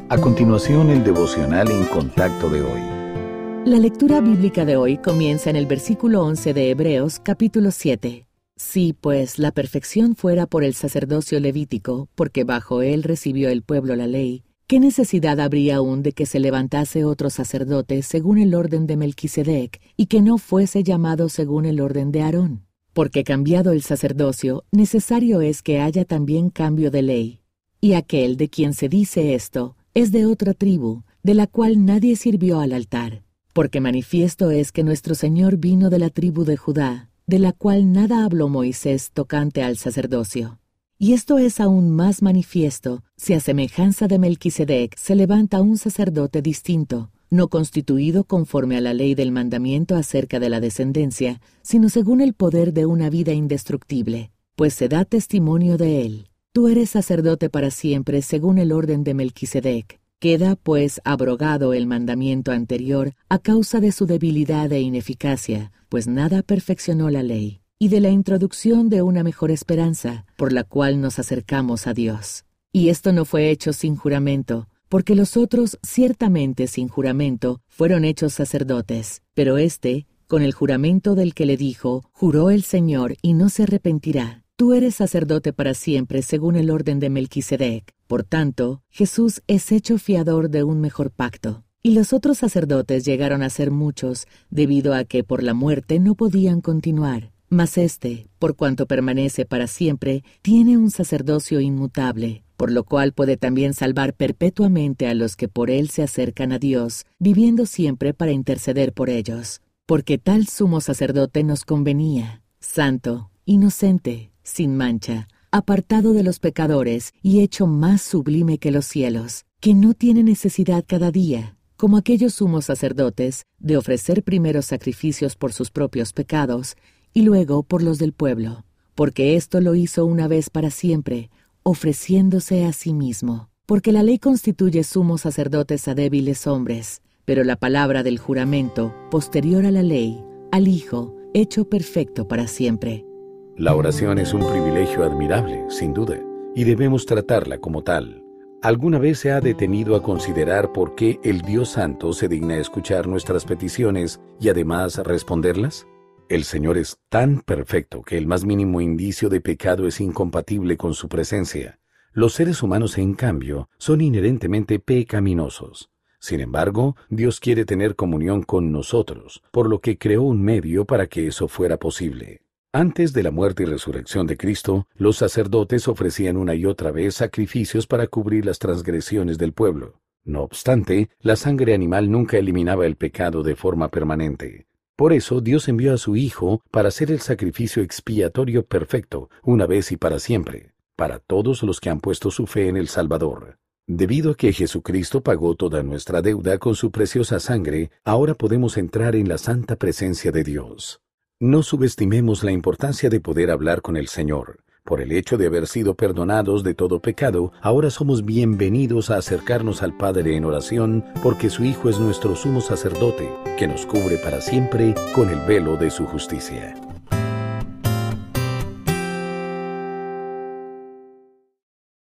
A continuación, el devocional en contacto de hoy. La lectura bíblica de hoy comienza en el versículo 11 de Hebreos, capítulo 7. Si, pues, la perfección fuera por el sacerdocio levítico, porque bajo él recibió el pueblo la ley, ¿qué necesidad habría aún de que se levantase otro sacerdote según el orden de Melquisedec, y que no fuese llamado según el orden de Aarón? Porque cambiado el sacerdocio, necesario es que haya también cambio de ley. Y aquel de quien se dice esto es de otra tribu, de la cual nadie sirvió al altar. Porque manifiesto es que nuestro Señor vino de la tribu de Judá, de la cual nada habló Moisés tocante al sacerdocio. Y esto es aún más manifiesto, si a semejanza de Melquisedec se levanta un sacerdote distinto, no constituido conforme a la ley del mandamiento acerca de la descendencia, sino según el poder de una vida indestructible, pues se da testimonio de él. Tú eres sacerdote para siempre según el orden de Melquisedec. Queda, pues, abrogado el mandamiento anterior a causa de su debilidad e ineficacia, pues nada perfeccionó la ley, y de la introducción de una mejor esperanza, por la cual nos acercamos a Dios. Y esto no fue hecho sin juramento, porque los otros, ciertamente sin juramento, fueron hechos sacerdotes, pero éste, con el juramento del que le dijo, juró el Señor y no se arrepentirá. Tú eres sacerdote para siempre según el orden de Melquisedec. Por tanto, Jesús es hecho fiador de un mejor pacto. Y los otros sacerdotes llegaron a ser muchos, debido a que por la muerte no podían continuar. Mas éste, por cuanto permanece para siempre, tiene un sacerdocio inmutable, por lo cual puede también salvar perpetuamente a los que por él se acercan a Dios, viviendo siempre para interceder por ellos. Porque tal sumo sacerdote nos convenía, santo, inocente, sin mancha, apartado de los pecadores y hecho más sublime que los cielos, que no tiene necesidad cada día, como aquellos sumos sacerdotes, de ofrecer primero sacrificios por sus propios pecados y luego por los del pueblo, porque esto lo hizo una vez para siempre, ofreciéndose a sí mismo. Porque la ley constituye sumos sacerdotes a débiles hombres, pero la palabra del juramento, posterior a la ley, al Hijo, hecho perfecto para siempre. La oración es un privilegio admirable, sin duda, y debemos tratarla como tal. ¿Alguna vez se ha detenido a considerar por qué el Dios Santo se digna escuchar nuestras peticiones y además responderlas? El Señor es tan perfecto que el más mínimo indicio de pecado es incompatible con su presencia. Los seres humanos, en cambio, son inherentemente pecaminosos. Sin embargo, Dios quiere tener comunión con nosotros, por lo que creó un medio para que eso fuera posible. Antes de la muerte y resurrección de Cristo, los sacerdotes ofrecían una y otra vez sacrificios para cubrir las transgresiones del pueblo. No obstante, la sangre animal nunca eliminaba el pecado de forma permanente. Por eso, Dios envió a su Hijo para hacer el sacrificio expiatorio perfecto, una vez y para siempre, para todos los que han puesto su fe en el Salvador. Debido a que Jesucristo pagó toda nuestra deuda con su preciosa sangre, ahora podemos entrar en la santa presencia de Dios. No subestimemos la importancia de poder hablar con el Señor. Por el hecho de haber sido perdonados de todo pecado, ahora somos bienvenidos a acercarnos al Padre en oración, porque su Hijo es nuestro sumo sacerdote, que nos cubre para siempre con el velo de su justicia.